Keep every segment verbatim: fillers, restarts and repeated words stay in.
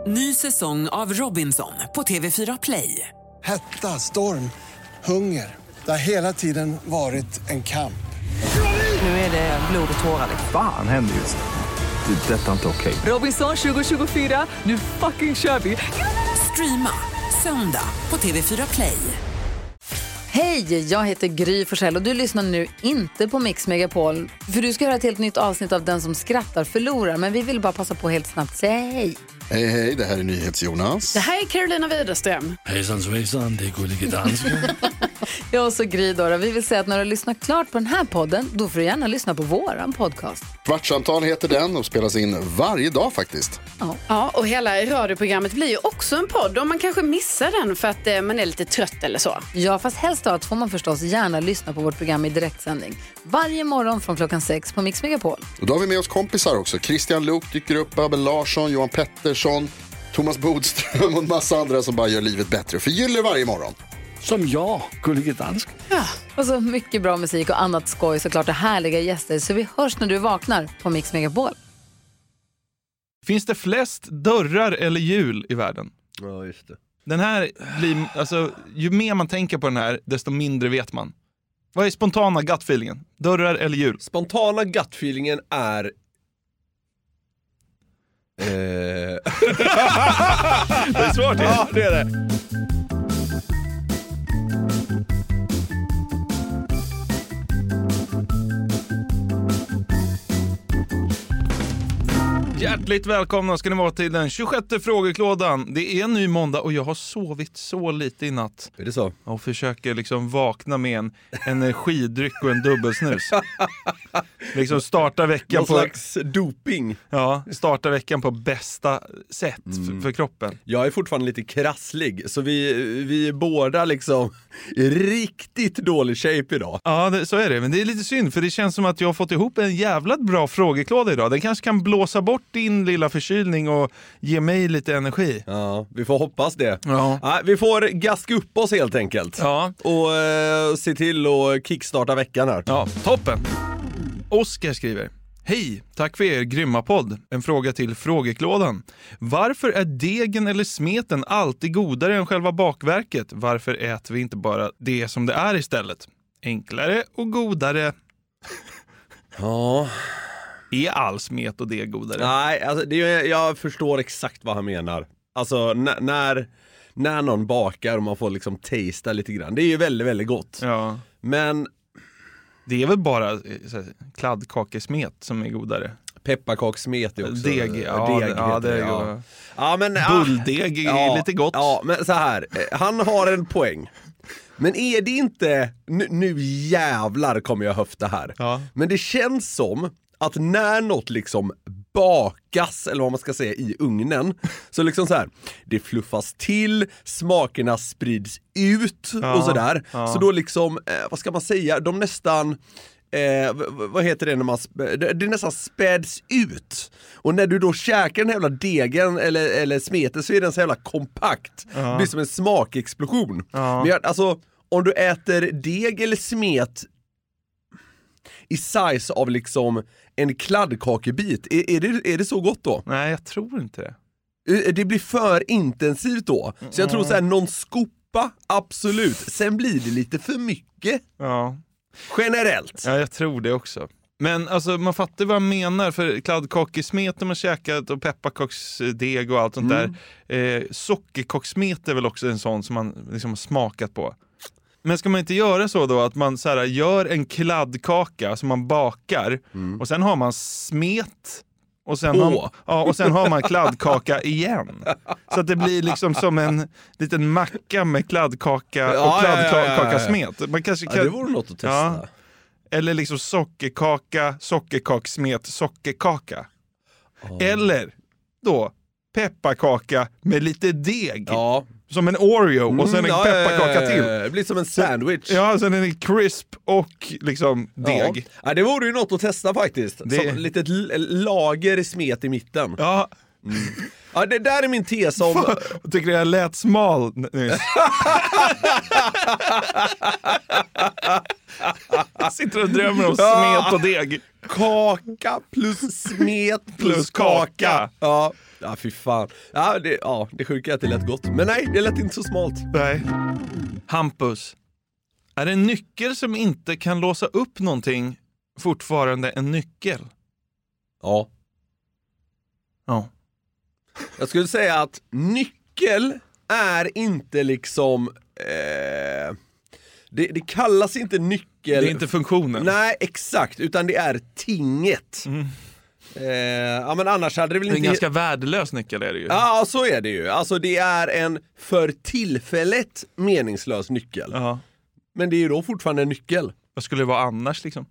Ny säsong av Robinson på T V fyra Play. Hetta, storm, hunger. Det har hela tiden varit en kamp. Nu är det blod och tårar. Fan händer just det. Det är detta inte okej. Robinson tjugo tjugofyra, nu fucking kör vi. Streama söndag på T V fyra Play. Hej, jag heter Gry Forssell och du lyssnar nu inte på Mix Megapol. För du ska höra ett helt nytt avsnitt av Den som skrattar förlorar. Men vi vill bara passa på helt snabbt. Säg hej. Hej, hej, det här är NyhetsJonas. Det här är Carolina Widerström. Hejsan svejsan, det är Gullige Dansken. Jag och så Gry då. Vi vill säga att när du lyssnar klart på den här podden, då får du gärna lyssna på våran podcast. Kvartsamtal heter den och spelas in varje dag faktiskt. Ja. Ja, och hela radioprogrammet blir ju också en podd. Och man kanske missar den för att eh, man är lite trött eller så. Ja, fast helst av allt får man förstås gärna lyssna på vårt program i direktsändning. Varje morgon från klockan sex på Mix Megapol. Och då har vi med oss kompisar också. Christian Luuk dyker upp, Abel Larsson, Johan Pettersson, Thomas Bodström och en massa andra som bara gör livet bättre. Förgyller varje morgon. Som jag, Gullige Dansken. Ja, och så mycket bra musik och annat skoj, såklart, och härliga gäster. Så vi hörs när du vaknar på Mix Megapol. Finns det flest dörrar eller hjul i världen? Ja, just det. Den här blir, alltså, ju mer man tänker på den här, desto mindre vet man. Vad är spontana gut-feelingen? Dörrar eller hjul? Spontana gut-feelingen är... Eh... Det är svårt. Ja, det är det. Hjärtligt välkomna ska ni vara till den tjugosjätte frågeklådan. Det är en ny måndag och jag har sovit så lite i natt. Är det så? Och försöker liksom vakna med en energidryck och en dubbelsnus. Liksom starta veckan Någon på... slags doping. Ja, starta veckan på bästa sätt mm. för kroppen. Jag är fortfarande lite krasslig, så vi, vi är båda liksom i riktigt dålig shape idag. Ja, det, så är det. Men det är lite synd, för det känns som att jag har fått ihop en jävla bra frågeklåda idag. Den kanske kan blåsa bort din lilla förkylning och ge mig lite energi. Ja, vi får hoppas det. Ja. Ja, vi får gaska upp oss helt enkelt. Ja. Och eh, se till att kickstarta veckan här. Ja, toppen. Oskar skriver: hej, tack för er grymma podd. En fråga till frågeklådan. Varför är degen eller smeten alltid godare än själva bakverket? Varför äter vi inte bara det som det är istället? Enklare och godare. Ja... Är all smet och deg godare? Nej, alltså det, jag förstår exakt vad han menar. Alltså n- när, när någon bakar och man får liksom tasta lite grann. Det är ju väldigt, väldigt gott. Ja. Men det är väl bara så här, kladdkakesmet som är godare. Pepparkakssmet är också. Deg, ja, deg, det, ja, det är ja. Ja, men, bulldeg är ja, lite gott. Ja, men så här, han har en poäng. Men är det inte, nu, nu jävlar kommer jag höfta här. Ja. Men det känns som att när något liksom bakas, eller vad man ska säga, i ugnen, så liksom så här, det fluffas till, smakerna sprids ut ja, och sådär. ja. Så då liksom, eh, vad ska man säga, de nästan, eh, v- vad heter det när man, sp- det, det nästan späds ut. Och när du då käkar den här jävla degen eller, eller smeten, så är den så jävla kompakt. Ja. Det blir som en smakexplosion. Ja. Men jag, alltså, om du äter deg eller smet i size av liksom en kladdkakebit, är, är, det, är det så gott då? Nej, jag tror inte det. Det blir för intensivt då. Så jag tror så här, någon skopa, absolut. Sen blir det lite för mycket. Ja. Generellt. Ja, jag tror det också. Men alltså, man fattar vad jag menar, för kladdkakesmet har man käkat och pepparkaksdeg och allt sånt Mm. där. Eh, sockerkakssmet är väl också en sån som man liksom har smakat på. Men ska man inte göra så då att man så här, gör en kladdkaka som man bakar Mm. och sen har man smet och sen, På. har, ja, och sen har man kladdkaka igen. Så att det blir liksom som en liten macka med kladdkaka och Ja, ja, ja, ja, ja. kladdkakasmet. Man kanske kan, Ja, det vore något att testa. Ja. Eller liksom sockerkaka, sockerkaksmet, sockerkaka. Oh. Eller då pepparkaka med lite deg. Ja. Som en Oreo och sen en Mm, ja, pepparkaka ja, ja, till. ja. Det blir som en sandwich. Ja, sen är det crisp och liksom deg. Ja. Ja, det vore ju något att testa faktiskt. Det- Som ett litet l- lager smet i mitten. Ja, Mm. Ja, det där är min tes om... jag tycker jag lät smal nyss. Jag sitter och drömmer om smet och deg. Kaka plus smet plus, Plus kaka. kaka. Ja. Ja, fy fan. Ja, det, ja, det sjuka är att det lät gott. Men nej, det lät inte så smalt. Nej. Hampus. Är en nyckel som inte kan låsa upp någonting fortfarande en nyckel? Ja. Ja. Jag skulle säga att nyckel är inte liksom... Eh, det, det kallas inte nyckel. Det är inte funktionen. Nej, exakt. Utan det är tinget. Mm. Eh, ja, men annars hade det väl Det är inte... en ganska värdelös nyckel är det ju. Ja, så är det ju. Alltså det är en för tillfället meningslös nyckel. Ja. Men det är ju då fortfarande en nyckel. Vad skulle det vara annars liksom?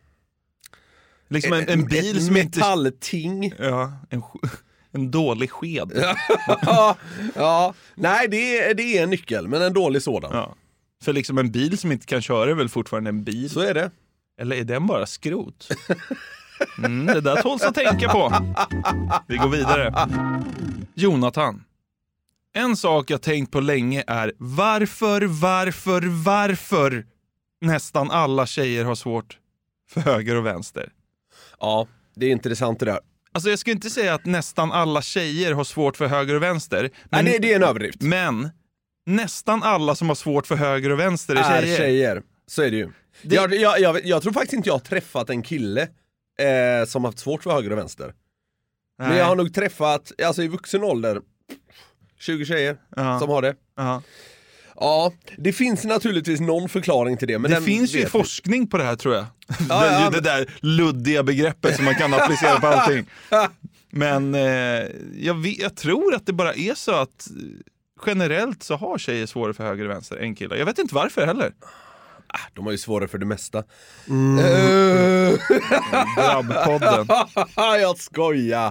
Liksom en, en bil ett som inte... metallting. Ja, en, en dålig sked. ja, ja, nej det är, det är en nyckel, men en dålig sådan. Ja. För liksom en bil som inte kan köra är väl fortfarande en bil? Så är det. Eller är den bara skrot? Mm, det där tåls att tänka på. Vi går vidare. Jonathan. En sak jag tänkt på länge är varför, varför, varför nästan alla tjejer har svårt för höger och vänster. Ja, det är intressant det där. Alltså jag skulle inte säga att nästan alla tjejer har svårt för höger och vänster. Nej, Men, det, det är en överdrift. Men nästan alla som har svårt för höger och vänster är, är tjejer. tjejer. Så är det ju. Det... Jag, jag, jag, jag tror faktiskt inte jag har träffat en kille eh, som har haft svårt för höger och vänster. Nej. Men jag har nog träffat, alltså i vuxen ålder, tjugo tjejer Ja. som har det. Ja. Ja, det finns naturligtvis någon förklaring till det. Men det den finns ju vet forskning på det här tror jag. Ja, det, ja, det men... där luddiga begreppet som man kan applicera på allting. Men eh, jag, vet, jag tror att det bara är så att generellt så har tjejer svårare för höger och vänster än killar. Jag vet inte varför heller. De har ju svårare för det mesta. Mm. Uh... Drabbpodden. Jag skojar.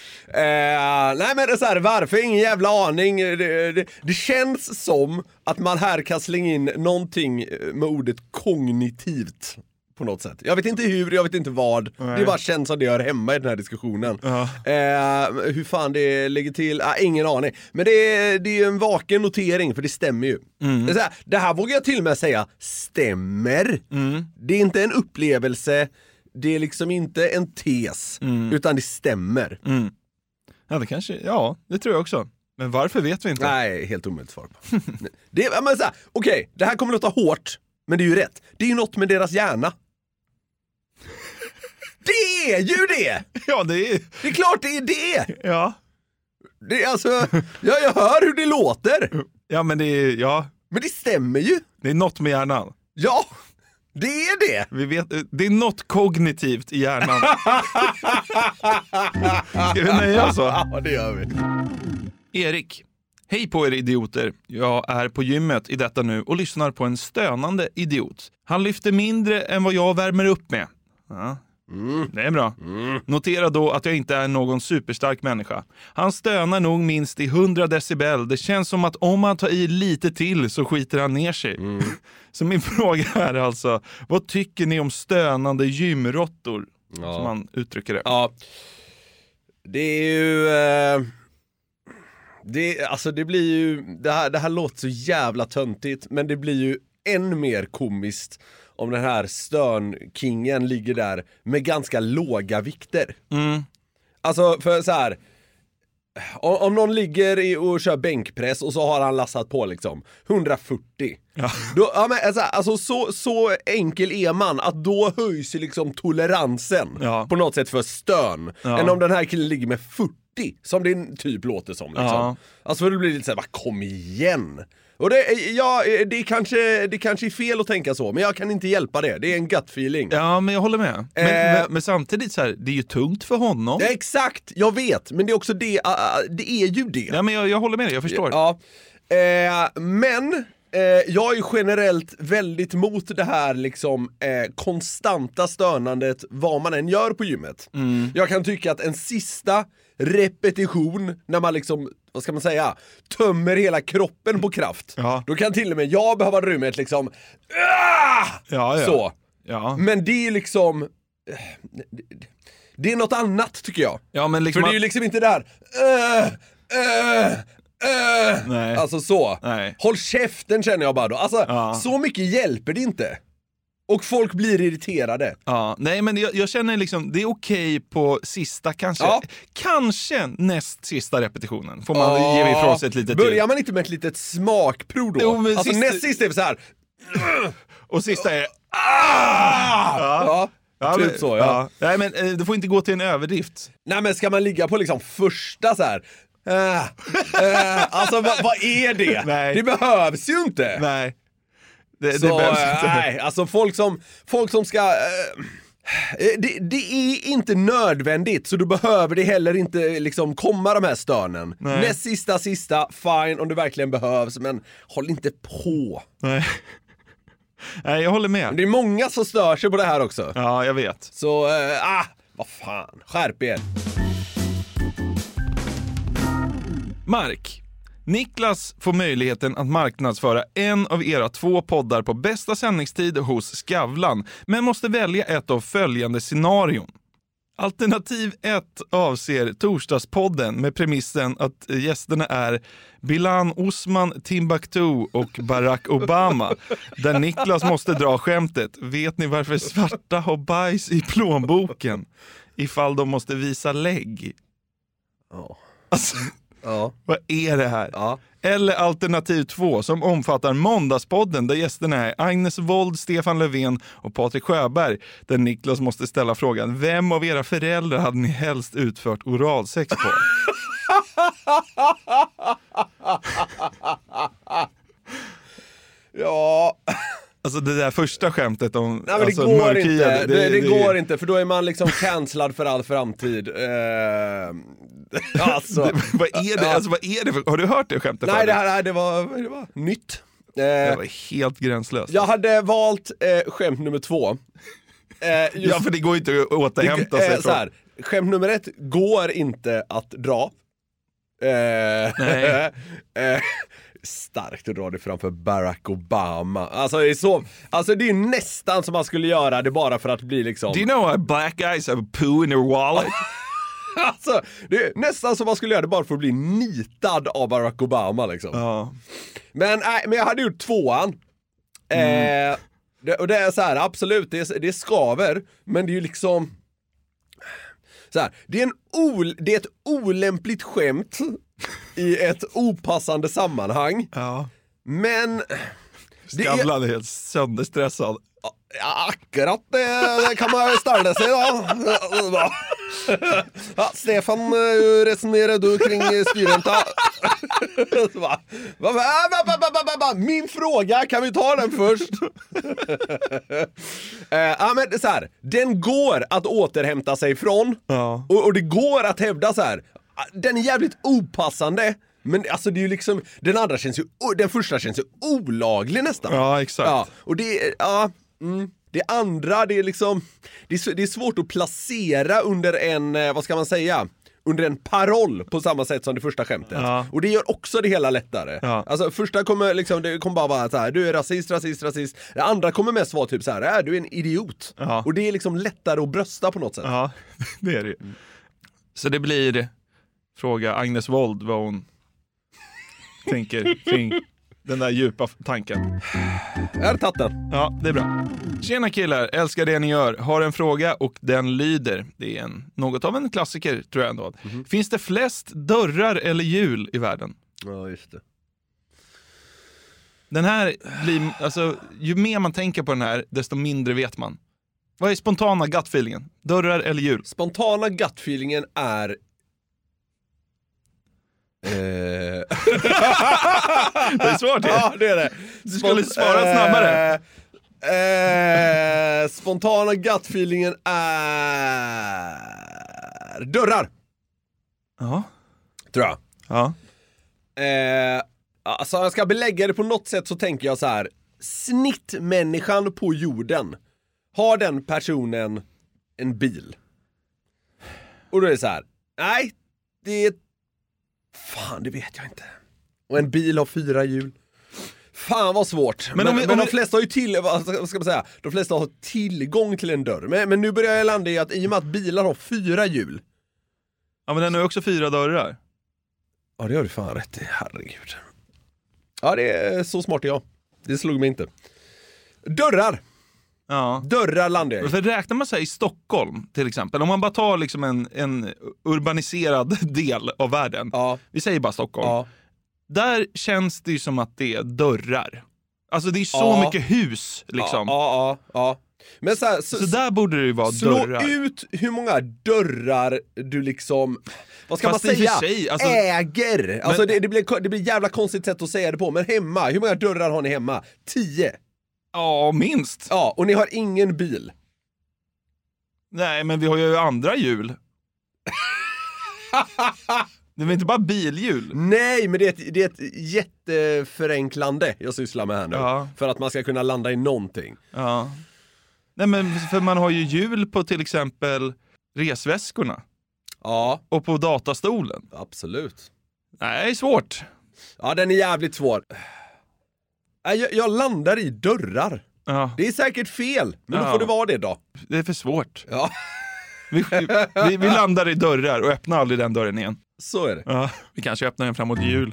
Uh, nej men det är så här, varför? Ingen jävla aning. Det, det, det känns som att man här kan slänga in någonting med ordet kognitivt på något sätt. Jag vet inte hur, jag vet inte vad. Nej. Det bara känns som det hör hemma i den här diskussionen. Ja. Uh, hur fan det ligger till, uh, ingen aning. Men det är, det är en vaken notering, för det stämmer ju. Mm. Det, är så här, det här vågar jag till och med säga stämmer. Mm. Det är inte en upplevelse, det är liksom inte en tes, mm. utan det stämmer. Mm. Ja, det kanske, ja, det tror jag också. Men varför vet vi inte? Nej, helt omöjligt svar på. det, men så här, okej, det här kommer låta hårt, men det är ju rätt. Det är ju något med deras hjärna. Det är ju det! Ja, det är... Det är klart det är det! Ja. Det är alltså, ja, jag hör hur det låter. Ja, men det är, ja. Men det stämmer ju. Det är något med hjärnan. Ja, det är det. Vi vet, det är något kognitivt i hjärnan. Ska vi nöja oss så? Ja, det gör vi. Erik. Hej på er idioter. Jag är på gymmet i detta nu och lyssnar på en stönande idiot. Han lyfter mindre än vad jag värmer upp med. Ja. Mm. Det är bra. Mm. Notera då att jag inte är någon superstark människa. Han stönar nog minst i hundra decibel. Det känns som att om han tar i lite till så skiter han ner sig. Mm. Så min fråga är alltså, vad tycker ni om stönande gymrottor? Ja. Som man uttrycker det. Ja. Det är ju... Eh... Det, alltså det blir ju... Det här, det här låter så jävla töntigt, men det blir ju än mer komiskt om den här störnkingen ligger där med ganska låga vikter. Mm. Alltså för så här, om, om någon ligger i och kör bänkpress och så har han lassat på liksom hundrafyrtio. Ja. Då, ja, men, alltså, alltså så, så enkel är man att då höjs ju liksom toleransen ja. på något sätt för stön. Ja. Än om den här killen ligger med fyrtio, som det typ låter som. Liksom. Ja. Alltså för det blir lite såhär, kom igen. Och det, ja, det, kanske, det kanske är fel att tänka så, men jag kan inte hjälpa det. Det är en gut feeling. Ja, men jag håller med. Men, eh, men, men samtidigt så här, det är ju tungt för honom. Ja, exakt, jag vet. Men det är också det, uh, det är ju det. Ja, men jag, jag håller med dig, jag förstår. Ja, eh, men eh, jag är ju generellt väldigt mot det här liksom eh, konstanta stönandet vad man än gör på gymmet. Mm. Jag kan tycka att en sista repetition när man liksom, vad ska man säga, tömmer hela kroppen på kraft. Ja. Då kan till och med jag behöva rummet liksom ja, ja. Så. Ja. Men det är liksom det är något annat tycker jag. Ja, men liksom för det är ju liksom inte där uh, uh, uh. Nej. Alltså så. Nej. Håll käften känner jag bara då. Alltså ja. Så mycket hjälper det inte. Och folk blir irriterade. Ja, nej men jag, jag känner liksom, det är okej på sista kanske. Ja. Kanske näst sista repetitionen. Får man Ja. ge ifrån sig ett litet Börjar ljud. man inte med ett litet smakprov då? Jo, men alltså sista- näst sista är så här. Och sista är... Ah! Ja. Ja, typ men, så, ja. Nej men eh, det får inte gå till en överdrift. Nej men ska man ligga på liksom första så här. Äh, äh, alltså vad, vad är det? Nej. Det behövs ju inte. Nej. Det, Så, det behövs äh, inte. nej, alltså folk som, folk som ska... Äh, det, det är inte nödvändigt, så du behöver det heller inte liksom komma de här störnen. Nej. Näst sista, sista, fine om det verkligen behövs, men håll inte på. Nej. Nej, jag håller med. Det är många som stör sig på det här också. Ja, jag vet. Så, äh, ah, vad fan, skärp er. Mark. Niklas får möjligheten att marknadsföra en av era två poddar på bästa sändningstid hos Skavlan, men måste välja ett av följande scenarion. Alternativ ett avser Torsdagspodden med premissen att gästerna är Bilal Osman, Timbuktu och Barack Obama, där Niklas måste dra skämtet. Vet ni varför svarta har bajs i plånboken? Ifall de måste visa lägg. Ja. Alltså, Ja. vad är det här? Ja. Eller alternativ två som omfattar Måndagspodden där gästerna är Agnes Wold, Stefan Löfven och Patrik Sjöberg, där Niklas måste ställa frågan: vem av era föräldrar hade ni helst utfört oralsex på? Ja. Alltså det där första skämtet om Nej, men det alltså, går mörkhyade, inte, det, det, det går inte, för då är man liksom cancellad för all framtid. Uh, alltså. det, vad är det? Alltså, vad är det för, har du hört det skämtet? Nej, förut? det här nej, det var, det var nytt. Uh, Det var helt gränslöst. jag hade valt uh, skämt nummer två. Uh, just, ja, för det går inte att återhämta det, sig uh, så från. här, skämt nummer ett går inte att dra. Uh, Nej. uh, starkt att dra det framför Barack Obama. Alltså det är så, alltså det är nästan som man skulle göra det bara för att bli liksom. Do you know why black guys have a poo in their wallet? Alltså, det är nästan som man skulle göra det bara för att bli nitad av Barack Obama liksom. Ja. Men nej, men jag hade gjort tvåan. Mm. Eh, det, och det är så här, absolut, det, det skaver, men det är ju liksom så här, det är en ol, det är ett olämpligt skämt i ett opassande sammanhang. Ja. Men Skavlan är helt sönderstressad. Ja, akkurat det, det kan man ju ställa sig då. Ja, Stefan, hur resonerar du kring styrränta? Va, va, va, va, va, va, min fråga, kan vi ta den först? uh, ja, men så här, den går att återhämta sig från. Ja. Och, och det går att hävda så här. Den är jävligt opassande. Men alltså det är ju liksom, den andra känns ju, den första känns ju olaglig nästan. Ja, exakt. Ja, och det, ja, mm, det andra, det är liksom, det är, det är svårt att placera under en, vad ska man säga, under en paroll på samma sätt som det första skämtet. Ja. Och det gör också det hela lättare. Ja. Alltså första kommer liksom, det kommer bara vara så här: du är rasist, rasist, rasist. Det andra kommer mest vara typ så här: är du är en idiot. Ja. Och det är liksom lättare att brösta på något sätt. Ja, det är det ju. Så det blir fråga Agnes Wold vad hon tänker kring den där djupa tanken. Jag har tagit den. Ja, det är bra. Tjena killar, älskar det ni gör. Har en fråga och den lyder. Det är en, något av en klassiker tror jag ändå. Mm-hmm. Finns det flest dörrar eller hjul i världen? Ja, just det. Den här blir, alltså, ju mer man tänker på den här, desto mindre vet man. Vad är spontana gut-feelingen? Dörrar eller hjul? Spontana gut-feelingen är Eh... Det är svårt. Ja, det är det. Du skulle svara snabbare. Eh, eh, spontana gut-feelingen är dörrar. Ja. Tror jag. Ja. Eh, alltså jag ska belägga det på något sätt, så tänker jag så här: snittmänniskan på jorden, har den personen en bil? Och då är det så här: nej, det är fan, det vet jag inte. Och en bil har fyra hjul. Fan vad svårt. Men, men, vi, men de vi... flesta har ju till, vad ska man säga, de flesta har tillgång till en dörr. Men, men nu börjar jag landa i att i och med att bilar har fyra hjul. Ja, men den har ju också fyra dörrar. Ja, det har du fan rätt i, herregud. Ja, det är så smart jag. Det slog mig inte. Dörrar. Ja. Dörrar landar jag i. För räknar man så här i Stockholm till exempel, om man bara tar liksom en, en urbaniserad del av världen, ja. vi säger bara Stockholm, ja. där känns det ju som att det är dörrar. Alltså det är så ja. mycket hus liksom. Ja, ja, ja. Men så, här, så, så där borde det ju vara slå dörrar. Slå ut hur många dörrar du liksom, vad ska Fast man säga, sig, alltså, äger. Men, alltså det, det, blir, det blir jävla konstigt sätt att säga det på. Men hemma, hur många dörrar har ni hemma? Tio. Ja, minst. Ja, och ni har ingen bil. Nej, men vi har ju andra hjul. Det är inte bara bilhjul. Nej, men det är ett, det är ett jätteförenklande jag sysslar med här nu. Ja. För att man ska kunna landa i någonting. Ja. Nej, men för man har ju hjul på till exempel resväskorna. Ja. Och på datastolen. Absolut. Nej, det är svårt. Ja, den är jävligt svår. Jag, jag landar i dörrar. Ja. Det är säkert fel, men ja. då får det vara det då. Det är för svårt. Ja. Vi, vi, vi landar i dörrar och öppnar aldrig den dörren igen. Så är det. Ja, vi kanske öppnar den framåt jul.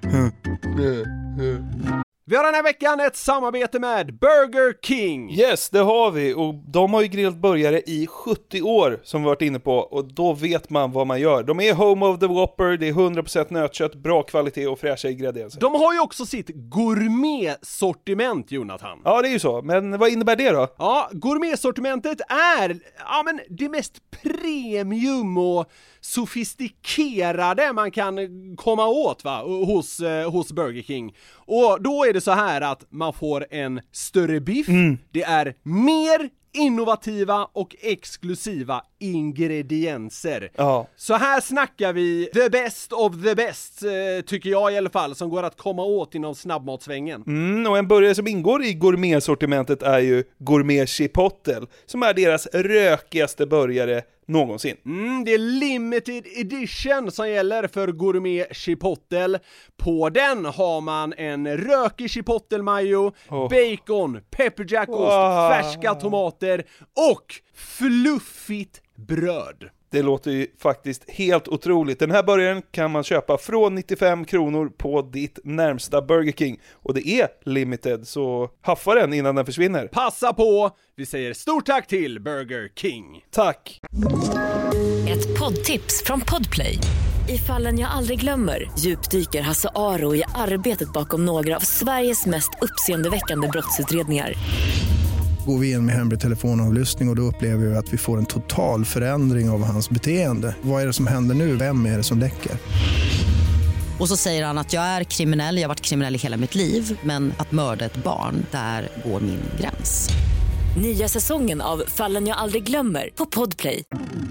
Vi har den här veckan ett samarbete med Burger King. Yes, det har vi. Och de har ju grillat burgare i sjuttio år som vi varit inne på. Och då vet man vad man gör. De är home of the Whopper, det är hundra procent nötkött, bra kvalitet och fräscha ingredienser. De har ju också sitt gourmet-sortiment, Jonathan. Ja, det är ju så. Men vad innebär det då? Ja, gourmet-sortimentet är ja, men det mest premium och sofistikerade man kan komma åt va? Hos, eh, hos Burger King. Och då är det så här att man får en större biff, mm. det är mer innovativa och exklusiva ingredienser. Ja. Så här snackar vi the best of the best, eh, tycker jag i alla fall, som går att komma åt inom snabbmatsvängen. Mm, och en burgare som ingår i gourmet-sortimentet är ju Gourmet Chipotle, som är deras rökigaste burgare någonsin. Mm, det är limited edition som gäller för Gourmet Chipotle. På den har man en rökig chipotle mayo, oh. bacon, pepperjackost, oh. färska tomater och fluffigt bröd. Det låter ju faktiskt helt otroligt. Den här burgaren kan man köpa från nittiofem kronor på ditt närmsta Burger King. Och det är limited, så haffa den innan den försvinner. Passa på! Vi säger stort tack till Burger King. Tack! Ett poddtips från Podplay. I Fallen jag aldrig glömmer djupdyker Hasse Aro i arbetet bakom några av Sveriges mest uppseendeväckande brottsutredningar. Går vi in med hemlig telefonavlyssning och då upplever vi att vi får en total förändring av hans beteende. Vad är det som händer nu? Vem är det som läcker? Och så säger han att jag är kriminell, jag har varit kriminell i hela mitt liv. Men att mörda ett barn, där går min gräns. Nya säsongen av Fallen jag aldrig glömmer på Podplay.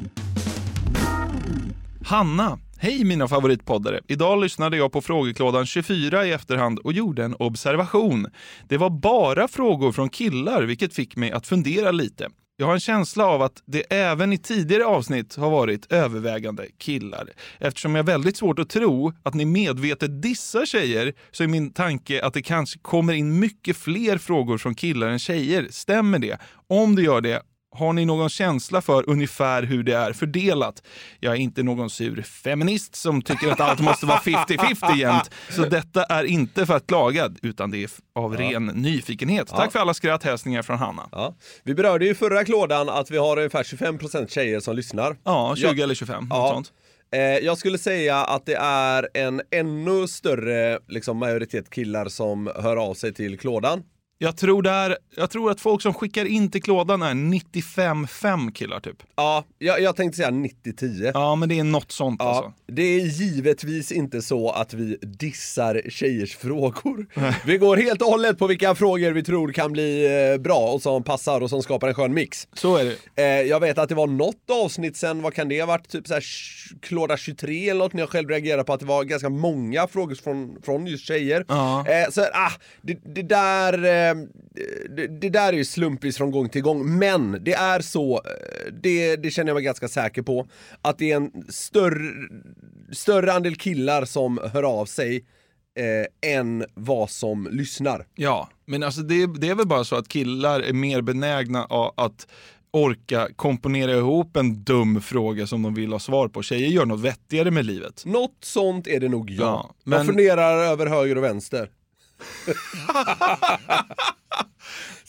Hanna, hej mina favoritpoddare. Idag lyssnade jag på frågeklådan tjugofyra i efterhand och gjorde en observation. Det var bara frågor från killar, vilket fick mig att fundera lite. Jag har en känsla av att det även i tidigare avsnitt har varit övervägande killar. Eftersom jag har väldigt svårt att tro att ni medvetet dissar tjejer, så är min tanke att det kanske kommer in mycket fler frågor från killar än tjejer. Stämmer det? Om det gör det, har ni någon känsla för ungefär hur det är fördelat? Jag är inte någon sur feminist som tycker att allt måste vara femtio femtio jämt. Så detta är inte för att klaga, utan det är av ja. ren nyfikenhet. Ja. Tack för alla skratthälsningar från Hanna. Ja. Vi berörde ju förra klådan att vi har ungefär tjugofem procent tjejer som lyssnar. Ja, tjugo ja. eller tjugofem. Ja. Sånt. Eh, jag skulle säga att det är en ännu större liksom, majoritet killar som hör av sig till klådan. Jag tror, det är, jag tror att folk som skickar in till klådan är nittiofem fem killar typ. Ja, jag, jag tänkte säga nittio tio. Ja, men det är något sånt ja, alltså. Det är givetvis inte så att vi dissar tjejers frågor. Vi går helt och hållet på vilka frågor vi tror kan bli eh, bra och som passar och som skapar en skön mix. Så är det. Eh, jag vet att det var något avsnitt sen, vad kan det ha varit? Typ så här klåda tjugotre eller något, när jag själv reagerade på att det var ganska många frågor från, från just tjejer. Ja. Eh, så ah, det, det där... Eh, Det, det där är ju slumpvis från gång till gång, men det är så, det, det känner jag mig ganska säker på, att det är en större, större andel killar som hör av sig eh, än vad som lyssnar. Ja, men alltså det, det är väl bara så att killar är mer benägna att orka komponera ihop en dum fråga som de vill ha svar på. Tjejer gör något vettigare med livet. Något sånt är det nog, ja. ja men... Jag funderar över höger och vänster.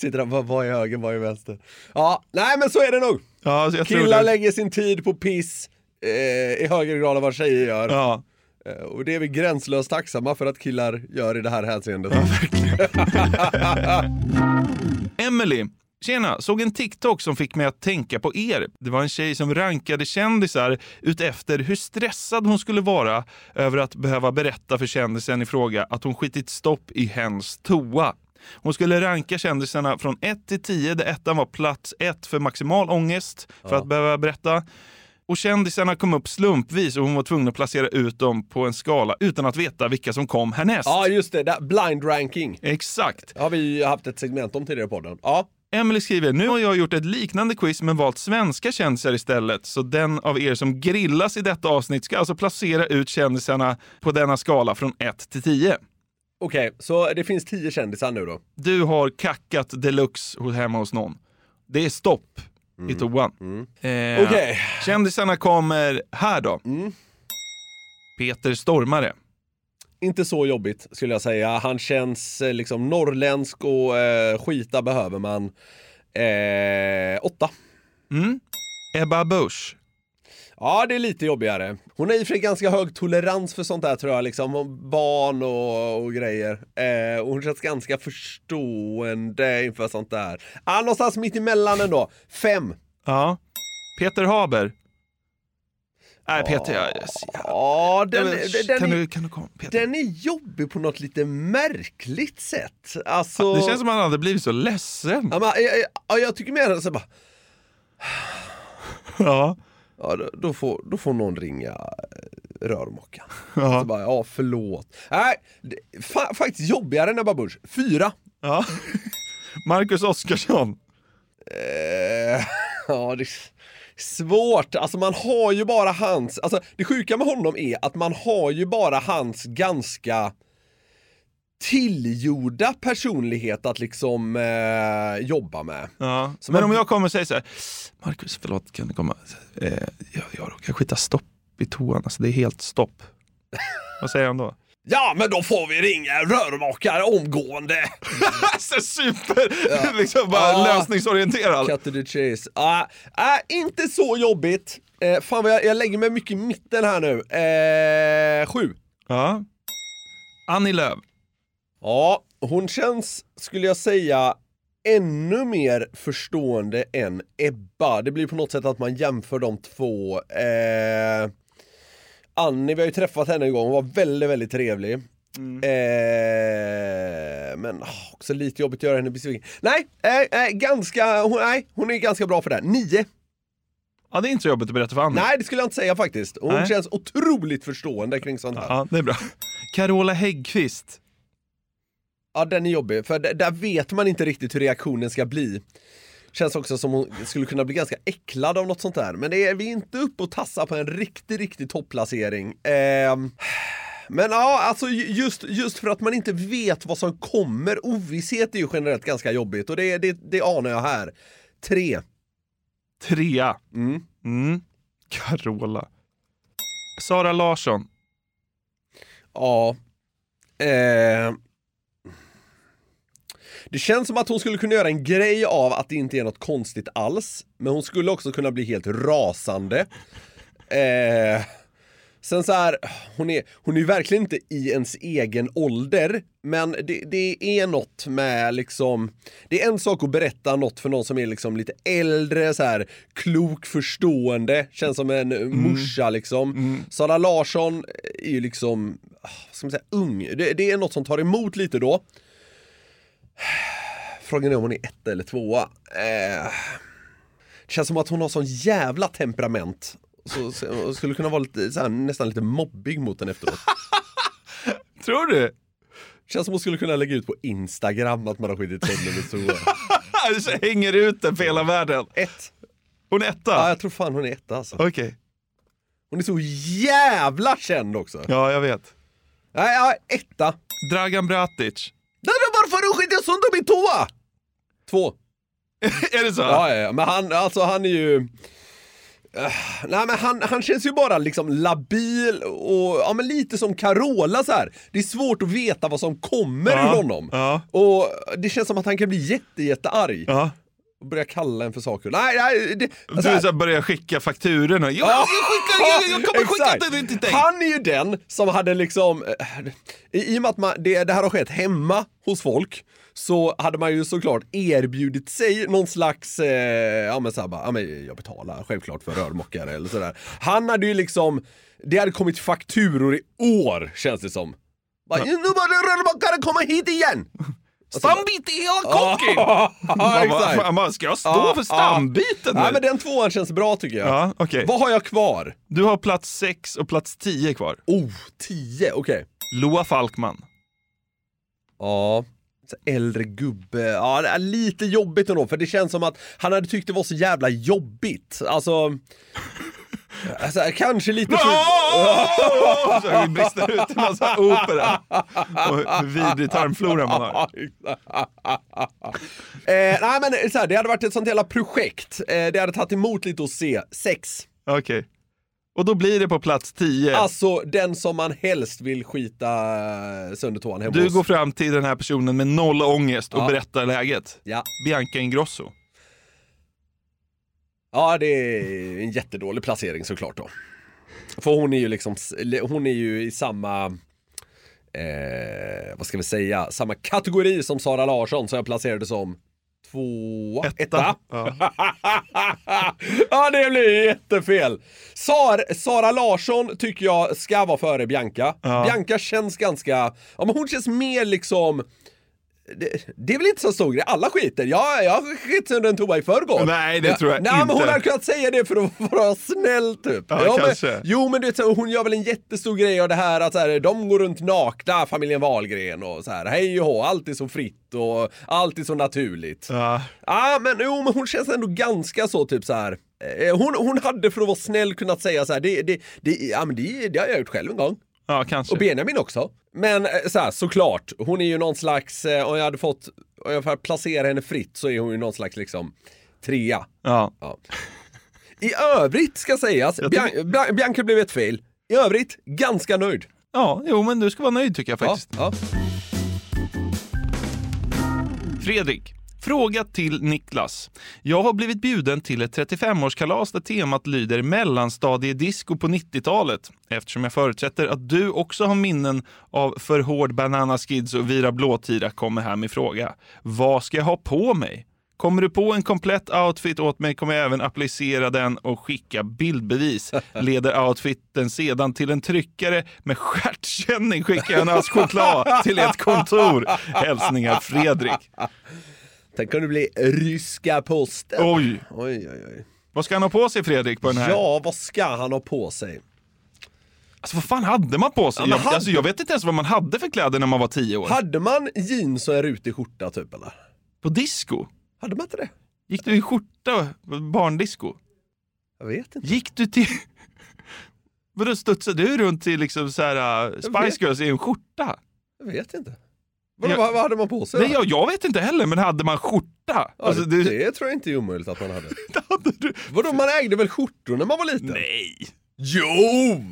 Sitter där, vad, vad är höger, vad är vänster? Ja, nej men så är det nog. Ja, jag tror Killar det. lägger sin tid på piss eh, i högre grad än vad tjejer gör. Ja. Eh, och det är vi gränslöst tacksamma för att killar gör i det här hänseendet. Ja, verkligen. Emily. Tjena, såg en TikTok som fick mig att tänka på er. Det var en tjej som rankade kändisar utefter hur stressad hon skulle vara över att behöva berätta för kändisen i fråga att hon skitit stopp i hens toa. Hon skulle ranka kändisarna från ett till tio där ettan var plats ett för maximal ångest för Ja. att behöva berätta. Och kändisarna kom upp slumpvis och hon var tvungen att placera ut dem på en skala utan att veta vilka som kom härnäst. Ja, just det. Där, blind ranking. Exakt. Har vi haft ett segment om tidigare i podden. Ja. Emily skriver, nu har jag gjort ett liknande quiz men valt svenska kändisar istället. Så den av er som grillas i detta avsnitt ska alltså placera ut kändisarna på denna skala från ett till tio. Okej, okay, så det finns tio kändisar nu då? Du har kackat deluxe hemma hos någon. Det är stopp mm. i toan. Mm. Eh, Okej. Okay. Kändisarna kommer här då. Mm. Peter Stormare. Inte så jobbigt skulle jag säga. Han känns eh, liksom norrländsk och eh, skita behöver man. Eh, åtta. Mm. Ebba Busch. Ja, det är lite jobbigare. Hon har i och för sig ganska hög tolerans för sånt där tror jag. Liksom barn och, och grejer. Eh, och hon känns ganska förstående inför sånt där. Ah, någonstans mitt emellan ändå. Fem. Ja. Peter Haber. Nej, Peter, jag... Ja, den, den, den, kan, är, du, kan du komma, Peter? Den är jobbig på något lite märkligt sätt. Alltså... Det känns som att han hade blivit så ledsen. Ja, men, jag, jag, jag tycker mer så bara... Ja. Ja, då, då, får, då får någon ringa rörmokaren. Ja. Så bara, ja, förlåt. Nej, det, fa, faktiskt jobbigare än Ebba Busch. Fyra. Ja. Marcus Oskarsson. Eh, ja, det är svårt. Alltså man har ju bara hans... Alltså det sjuka med honom är att man har ju bara hans ganska tillgjorda personlighet att liksom eh, jobba med. Ja. Så men man... om jag kommer och säger så här, Marcus, förlåt, kan du komma? Eh, jag, jag råkar skita stopp i toan, alltså det är helt stopp. Vad säger han då? Ja, men då får vi ringa rörmakare omgående. Så super, ja. Liksom bara ah, lösningsorienterad. Cut to the chase. Ah, ah, inte så jobbigt. Eh, fan, jag, jag lägger mig mycket i mitten här nu. Eh, sju. Ja. Annie Lööf. Ja, hon känns, skulle jag säga, ännu mer förstående än Ebba. Det blir på något sätt att man jämför de två. Eh, Annie, vi har ju träffat henne en gång. Hon var väldigt, väldigt trevlig. Mm. Eh, men oh, också lite jobbigt att göra henne besviken. Nej, eh, eh, ganska, hon, nej, hon är ganska bra för det. Nio. Ja, det är inte så jobbigt att berätta för Annie. Nej, det skulle jag inte säga faktiskt. Hon nej. känns otroligt förstående kring sånt här. Ja, det är bra. Carola Häggkvist. Ja, den är jobbig. För d- där vet man inte riktigt hur reaktionen ska bli. Känns också som hon skulle kunna bli ganska äcklad av något sånt där. Men det är vi är inte uppe och tassar på en riktig, riktig topplacering. Eh, men ja, alltså just, just för att man inte vet vad som kommer. Ovisshet är ju generellt ganska jobbigt. Och det, det, det anar jag här. Tre. Trea. Mm. Mm. Carola. Sara Larsson. Ja. Eh... Det känns som att hon skulle kunna göra en grej av att det inte är något konstigt alls. Men hon skulle också kunna bli helt rasande. Eh, sen så här, hon är, hon är ju verkligen inte i ens egen ålder. Men det, det är något med liksom... Det är en sak att berätta något för någon som är liksom lite äldre, så här klok, förstående. Känns som en mm. morsa liksom. Mm. Sara Larsson är ju liksom, vad ska man säga, ung. Det, det är något som tar emot lite då. Frågan är om hon är ett eller tvåa. Eh, det känns som att hon har sån jävla temperament. Så, så skulle kunna vara lite, så här, nästan lite mobbig mot den efteråt. Tror du? Det känns som hon skulle kunna lägga ut på Instagram att man har skitit sönder med toa. Det hänger ut den för hela världen. Ett. Hon är etta? Ja, jag tror fan hon är etta alltså. Okej. Okay. Hon är så jävla känd också. Ja, jag vet. Nej, ja, etta. Dragan Bratic. Nej, varför har du skitit sönder min toa? Två. Är det så? Ja, ja, men han, alltså han är ju... Uh, nej men han, han känns ju bara liksom labil och ja, men lite som Carola så här. Det är svårt att veta vad som kommer ja, ur honom. Ja. Och det känns som att han kan bli jätte, jätte arg. Ja. Och börja kalla en för saker. Nej, nej, det, alltså, du så börja skicka fakturorna. Jag, jag, skickar, jag kommer skicka det till dig. Han är ju den som hade liksom i, i och med att man, det, det här har skett hemma hos folk, så hade man ju såklart erbjudit sig någon slags eh, ja men så här bara, ja men jag betalar självklart för rörmokare eller sådär. Han hade ju liksom, det hade kommit fakturor i år känns det som. Bara, ja. Nu börjar rörmokare komma hit igen. Stambyte i kocken! Ja, man ska jag stå ja, för stambyten ja. Nej, men den tvåan känns bra tycker jag. Ja, okay. Vad har jag kvar? Du har plats sex och plats tio kvar. Oh, tio, okej. Okay. Loa Falkman. Ja, äldre gubbe. Ja, det är lite jobbigt ändå, för det känns som att han hade tyckt det var så jävla jobbigt. Alltså... Alltså, kanske lite för... Så vi brister ut i massa opera och vidrig tarmflora man har. eh, nej men så här, det hade varit ett sånt hela projekt. eh, Det hade tagit emot lite att se. Sex. Okej, okay. Och då blir det på plats tio. Alltså den som man helst vill skita sönder tån hemma Du hos. går fram till den här personen med noll ångest och ja. berättar läget. Ja. Bianca Ingrosso. Ja, det är en jättedålig placering såklart då. För hon är ju liksom, hon är ju i samma eh, vad ska vi säga, samma kategori som Sara Larsson, så jag placerade som två, etta. etta. Ja. Ja, det blir jättefel. Sar, Sara Larsson tycker jag ska vara före Bianca. Ja. Bianca känns ganska, ja men hon känns mer liksom, Det, det är väl inte så stor grej. Alla skiter. Jag, jag skit under en toa i förrgår. Nej, det tror jag, jag nej, inte. Men hon har kunnat säga det för att vara snäll typ. Ja, ja, kanske. Men, jo, men du, hon gör väl en jättestor grej av det här att så här, de går runt nakna, familjen Wahlgren och så här, hej och hå, allt är så fritt och allt är så naturligt. Ja. Ja, men jo, men hon känns ändå ganska så typ så här. Eh, hon, hon hade för att vara snäll kunnat säga så här, det, det, det, ja, men det, det har jag gjort själv en gång. Ja, kanske. Och Benjamin också. Men så här, såklart, hon är ju någon slags, om jag hade fått, om jag får placera henne fritt så är hon ju någon slags liksom trea. Ja. Ja. I övrigt ska sägas, Bian- Bian- Bianca blev ett fel. I övrigt, ganska nöjd. Ja, jo men du ska vara nöjd tycker jag faktiskt. Ja, ja. Fredrik. Fråga till Niklas. Jag har blivit bjuden till ett trettiofemårskalas där temat lyder mellanstadiedisco på nittiotalet. Eftersom jag förutsätter att du också har minnen av för hård Banana Skids och Vira Blåtira kommer här med fråga. Vad ska jag ha på mig? Kommer du på en komplett outfit åt mig kommer jag även applicera den och skicka bildbevis. Leder outfiten sedan till en tryckare med stjärtkänning skickar jag en ask choklad till ett kontor. Hälsningar Fredrik. Tänk om det blir ryska posten. Oj. Oj, oj, oj. Vad ska han ha på sig Fredrik på den här? Ja, vad ska han ha på sig? Alltså vad fan hade man på sig? Ja, jag, hade... alltså, jag vet inte ens vad man hade för kläder när man var tio år. Hade man jeans och en rutig skjorta typ eller? På disco? Hade man inte det? Gick du i skjorta barndisco? Jag vet inte. Gick du till... Vadå studsade du runt till liksom så här uh, Spice Girls i en skjorta? Jag vet inte. Vad, jag... vad hade man på sig? Nej, jag, jag vet inte heller, men hade man skjorta? Ja, alltså, det, det... det tror jag inte är omöjligt att man hade. hade du... Vadå, man ägde väl skjortor när man var liten? Nej. Jo!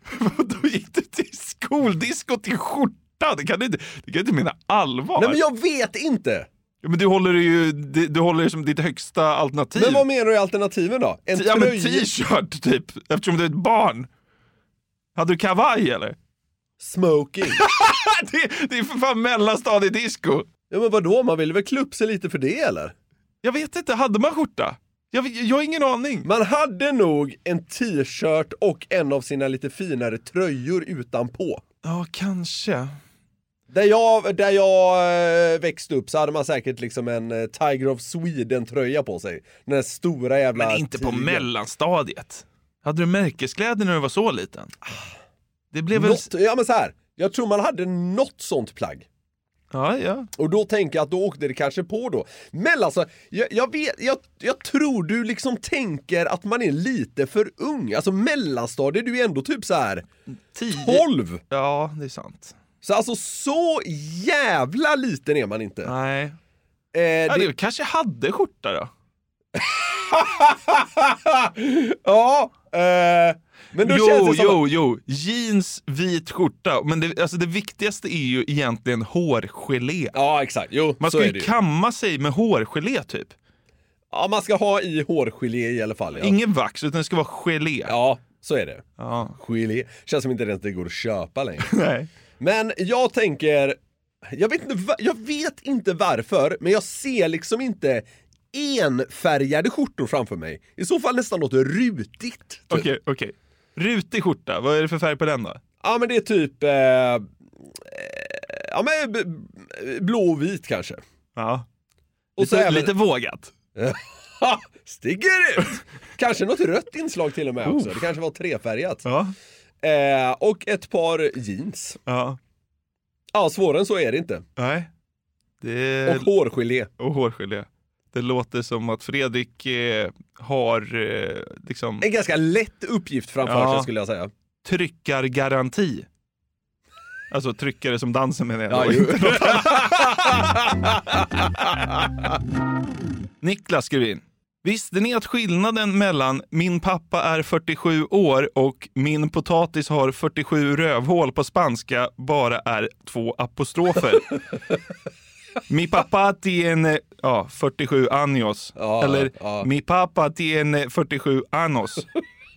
Då gick du till skoldisco till skjorta? Det kan du inte, det kan du inte mena allvar. Nej, men jag vet inte. Ja, men du håller ju du, du håller det som ditt högsta alternativ. Men vad menar du i alternativen då? En ja, men t-shirt typ, eftersom du är ett barn. Hade du kavaj eller? Smoking. det, det är för fan mellanstadiedisco. Ja, men vadå? Man vill väl kluppa sig lite för det eller? Jag vet inte, hade man skjorta? Jag, jag har ingen aning. Man hade nog en t-shirt och en av sina lite finare tröjor utanpå. Ja, kanske. Där jag, där jag äh, växte upp så hade man säkert liksom en äh, Tiger of Sweden-tröja på sig. Den där stora jävla... Men inte på tigen. Mellanstadiet. Hade du märkeskläder när du var så liten? Det blev väl... Något, ja men så här. Jag tror man hade något sånt plagg. Ja, ja. Och då tänker jag att då åkte det kanske på då. Men alltså, jag, jag vet, jag, jag tror du liksom tänker att man är lite för ung. Alltså mellanstadiet, du är ändå typ så här tolv. Ja, det är sant. Så alltså så jävla liten är man inte. Nej. Eh, ja, det... det kanske hade skjorta då. Ja, eh, men då jo, känns det som... jo, jo. Jeans, vit skjorta. Men det, alltså det viktigaste är ju egentligen hårgelé. Ja, exakt. Jo, man så ska är ju det ju. kamma sig med hårgelé typ. Ja, man ska ha i hårgelé i alla fall. Ja. Ingen vax, utan det ska vara gelé. Ja, så är det. Ja. Gelé. Känns som inte ens det går att köpa längre. Nej. Men jag tänker... Jag vet, inte, jag vet inte varför, men jag ser liksom inte enfärgade skjortor framför mig. I så fall nästan något rutigt. Typ. Okej, okay, okej. Okay. Rutig skjorta, vad är det för färg på den då? Ja, men det är typ... Eh, eh, ja, men b- blå och vit kanske. Ja. Och lite, så även... lite vågat. Sticker ut! Kanske något rött inslag till och med också. Det kanske var trefärgat. Ja. Eh, och ett par jeans. Ja. Ja, svårare än så är det inte. Nej. Det... Och hårgelé. Och hårgelé. Det låter som att Fredrik eh, har eh, liksom... En ganska lätt uppgift framför ja, sig skulle jag säga. Tryckargaranti. Alltså tryckare som danser med det. Ja, inte något Niklas skriver in. Visste ni att skillnaden mellan min pappa är fyrtiosju år och min potatis har fyrtiosju rövhål på spanska bara är två apostrofer? Mi pappa tiene ja, fyrtiosju años. Ja, eller ja. mi pappa tiene fyrtiosju años.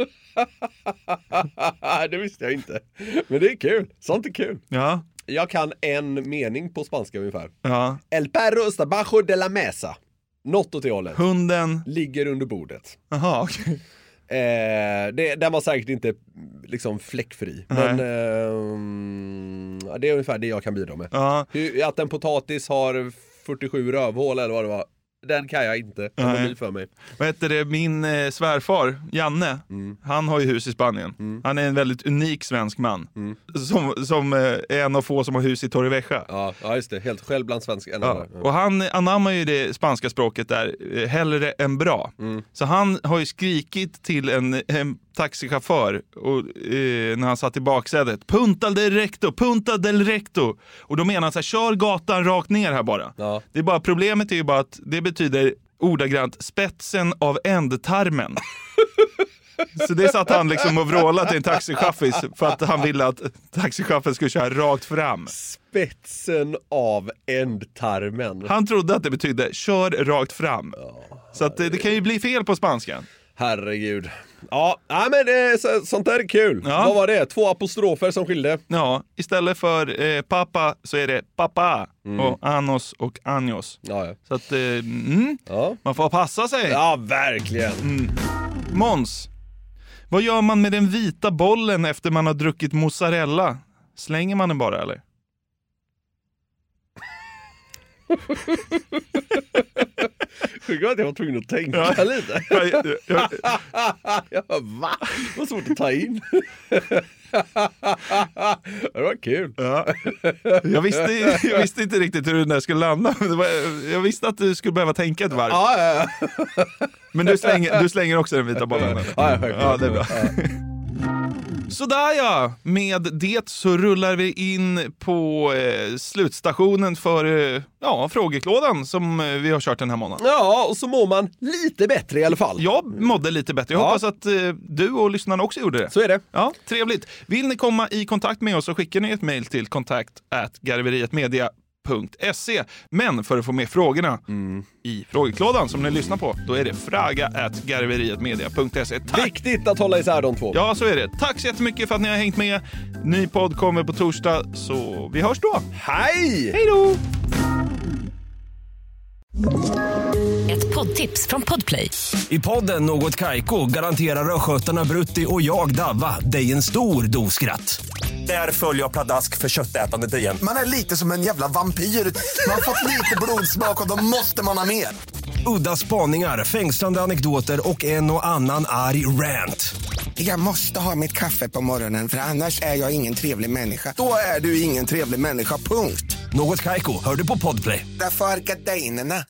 Det visste jag inte. Men det är kul. Sånt är kul. Ja. Jag kan en mening på spanska ungefär. Ja. El perro está bajo de la mesa. Något åt det hållet. Hunden ligger under bordet. Jaha, okej. Okay. Eh, det, den var säkert inte liksom fläckfri. Nej. Men eh, det är ungefär det jag kan bidra med. Ja. Hur, att en potatis har fyrtiosju rövhål eller vad det var. Den kan jag inte. Den var ny för mig. Vad heter det? Min eh, svärfar, Janne, mm. han har ju hus i Spanien. Mm. Han är en väldigt unik svensk man. Mm. Som, som eh, är en av få som har hus i Torrevieja. Ja, ja, just det. Helt själv bland svenska. Ja. Ja. Och han anammar ju det spanska språket där eh, hellre än bra. Mm. Så han har ju skrikit till en, en taxichaufför och, eh, när han satt i baksätet. Punta del recto, punta del recto. Och då menar han så här, kör gatan rakt ner här bara. Ja. Det är bara, problemet är ju bara att det betyder ordagrant spetsen av ändtarmen. Så det satt han liksom och vrålade till en taxichaffis för att han ville att taxichaffisen skulle köra rakt fram. Spetsen av ändtarmen. Han trodde att det betydde kör rakt fram. Ja, så att det, det kan ju bli fel på spanska. Herregud. Ja, men det, så, sånt där är kul. Ja. Vad var det? Två apostrofer som skilde. Ja, istället för eh, pappa så är det pappa mm. och anos och años. Ja, ja. Så att eh, mm, ja. man får passa sig. Ja, verkligen. Mm. Måns, vad gör man med den vita bollen efter man har druckit mozzarella? Slänger man den bara eller? Jag att jag var tvungen att tänka ja. lite. Jag bara, va? Det var svårt att ta in. Det var kul. Ja. Jag, visste, jag visste inte riktigt hur den där skulle landa. Men det var, jag visste att du skulle behöva tänka ett varv. Ja, ja, ja. Men du slänger, du slänger också den vita bollen. Ja, ja, ja, det är bra. Ja. Sådär ja, med det så rullar vi in på eh, slutstationen för eh, ja, frågeklådan som eh, vi har kört den här månaden. Ja, och så mår man lite bättre i alla fall. Jag mådde lite bättre. Jag ja. hoppas att eh, du och lyssnarna också gjorde det. Så är det. Ja, trevligt. Vill ni komma i kontakt med oss så skickar ni ett mejl till kontakt at garverietmedia punkt se. Men för att få med frågorna mm. i frågeklådan som ni lyssnar på, då är det fraga at garverietmedia punkt se. Tack. Viktigt att hålla isär de två. Ja, så är det. Tack så jättemycket för att ni har hängt med. Ny podd kommer på torsdag, så vi hörs då. Hej! Hej då! Ett poddtips från Podplay. I podden Något Kaiko garanterar röskötarna Brutti och jag Davva dig en stor doskratt. Där följer jag pladask för köttätandet igen. Man är lite som en jävla vampyr. Man har fått lite blodsmak och då måste man ha mer. Udda spaningar, fängslande anekdoter och en och annan arg rant. Jag måste ha mitt kaffe på morgonen för annars är jag ingen trevlig människa. Då är du ingen trevlig människa, punkt. Något Kaiko, hör du på Podplay. Därför är gardinerna.